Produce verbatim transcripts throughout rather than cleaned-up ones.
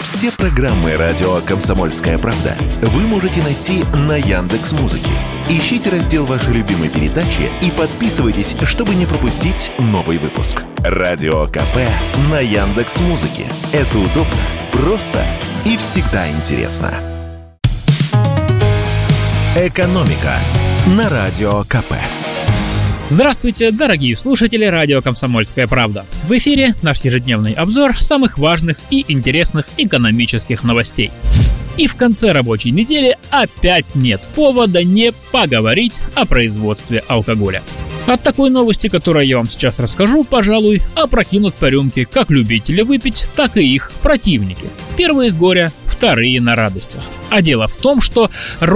Все программы радио «Комсомольская правда» вы можете найти на Яндекс.Музыке. Ищите раздел вашей любимой передачи и подписывайтесь, чтобы не пропустить новый выпуск. Радио КП на Яндекс.Музыке. Это удобно, просто и всегда интересно. «Экономика» на Радио КП. Здравствуйте, дорогие слушатели радио «Комсомольская правда». В эфире наш ежедневный обзор самых важных и интересных экономических новостей. И в конце рабочей недели опять нет повода не поговорить о производстве алкоголя. От такой новости, которую я вам сейчас расскажу, пожалуй, опрокинут по рюмке как любители выпить, так и их противники. Первые с горя, вторые на радостях. А дело в том, что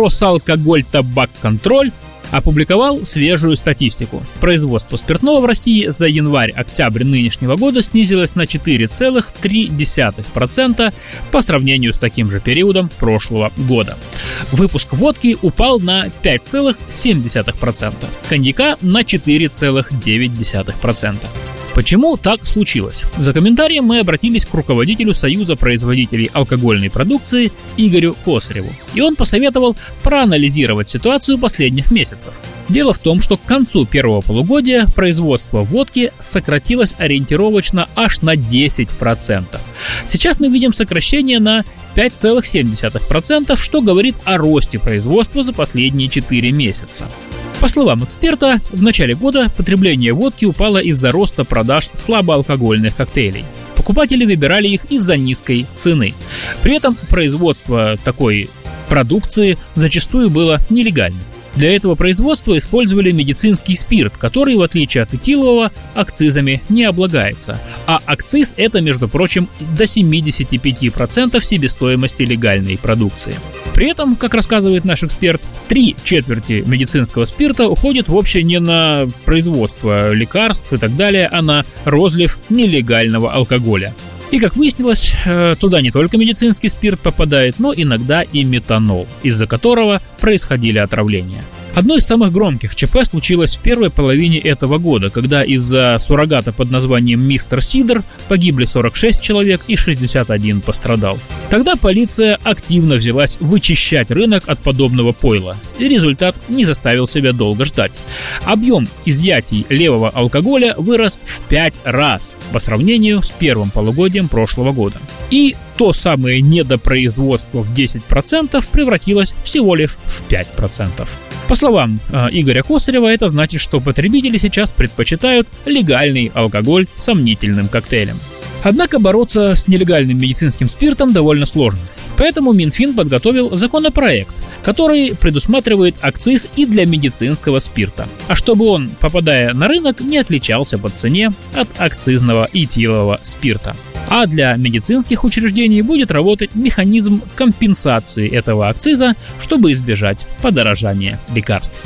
Росалкогольтабакконтроль опубликовал свежую статистику. Производство спиртного в России за январь-октябрь нынешнего года снизилось на четыре целых три десятых процента по сравнению с таким же периодом прошлого года. Выпуск водки упал на пять целых семь десятых процента, коньяка на четыре целых девять десятых процента. Почему так случилось? За комментарием мы обратились к руководителю Союза производителей алкогольной продукции Игорю Косареву. И он посоветовал проанализировать ситуацию последних месяцев. Дело в том, что к концу первого полугодия производство водки сократилось ориентировочно аж на десять процентов. Сейчас мы видим сокращение на пять целых семь десятых процента, что говорит о росте производства за последние четыре месяца. По словам эксперта, в начале года потребление водки упало из-за роста продаж слабоалкогольных коктейлей. Покупатели выбирали их из-за низкой цены. При этом производство такой продукции зачастую было нелегальным. Для этого производства использовали медицинский спирт, который, в отличие от этилового, акцизами не облагается. А акциз – это, между прочим, до семьдесят пять процентов себестоимости легальной продукции. При этом, как рассказывает наш эксперт, три четверти медицинского спирта уходит вовсе не на производство лекарств и так далее, а на розлив нелегального алкоголя. И, как выяснилось, туда не только медицинский спирт попадает, но иногда и метанол, из-за которого происходили отравления. Одно из самых громких ЧП случилось в первой половине этого года, когда из-за суррогата под названием «Мистер Сидор» погибли сорок шесть человек и шестьдесят один пострадал. Тогда полиция активно взялась вычищать рынок от подобного пойла, и результат не заставил себя долго ждать. Объем изъятий левого алкоголя вырос в пять раз по сравнению с первым полугодием прошлого года. И то самое недопроизводство в десять процентов превратилось всего лишь в пять процентов. По словам э, Игоря Косарева, это значит, что потребители сейчас предпочитают легальный алкоголь сомнительным коктейлем. Однако бороться с нелегальным медицинским спиртом довольно сложно. Поэтому Минфин подготовил законопроект, который предусматривает акциз и для медицинского спирта. А чтобы он, попадая на рынок, не отличался по цене от акцизного этилового спирта. А для медицинских учреждений будет работать механизм компенсации этого акциза, чтобы избежать подорожания лекарств.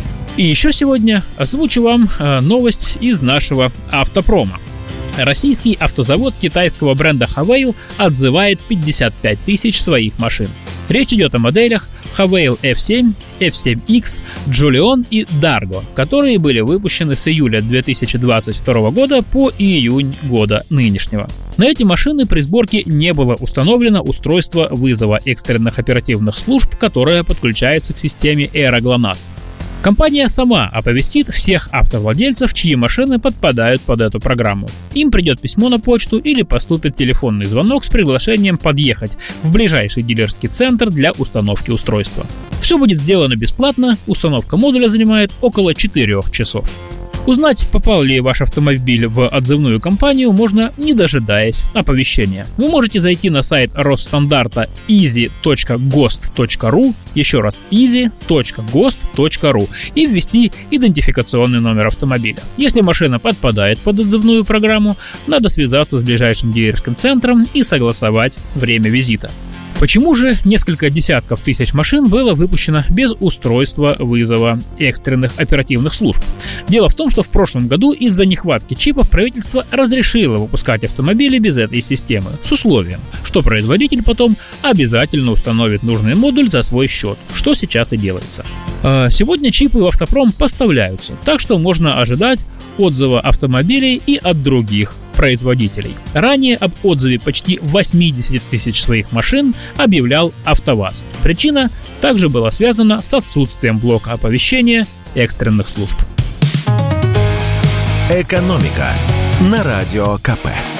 И еще сегодня озвучу вам э, новость из нашего автопрома. Российский автозавод китайского бренда Havail отзывает пятьдесят пять тысяч своих машин. Речь идет о моделях Havail эф семь, эф семь икс, Julion и Dargo, которые были выпущены с июля две тысячи двадцать второго года по июнь года нынешнего. На эти машины при сборке не было установлено устройство вызова экстренных оперативных служб, которое подключается к системе AeroGLONASS. Компания сама оповестит всех автовладельцев, чьи машины подпадают под эту программу. Им придет письмо на почту или поступит телефонный звонок с приглашением подъехать в ближайший дилерский центр для установки устройства. Все будет сделано бесплатно, установка модуля занимает около четырех часов. Узнать, попал ли ваш автомобиль в отзывную компанию, можно, не дожидаясь оповещения. Вы можете зайти на сайт Росстандарта изи точка гост точка ру, еще раз изи точка гост точка ру, и ввести идентификационный номер автомобиля. Если машина подпадает под отзывную программу, надо связаться с ближайшим дилерским центром и согласовать время визита. Почему же несколько десятков тысяч машин было выпущено без устройства вызова экстренных оперативных служб? Дело в том, что в прошлом году из-за нехватки чипов правительство разрешило выпускать автомобили без этой системы, с условием, что производитель потом обязательно установит нужный модуль за свой счет, что сейчас и делается. Сегодня чипы в автопром поставляются, так что можно ожидать отзыва автомобилей и от других производителей. Ранее об отзыве почти восемьдесят тысяч своих машин объявлял АвтоВАЗ. Причина также была связана с отсутствием блока оповещения экстренных служб. Экономика на Радио ка пэ.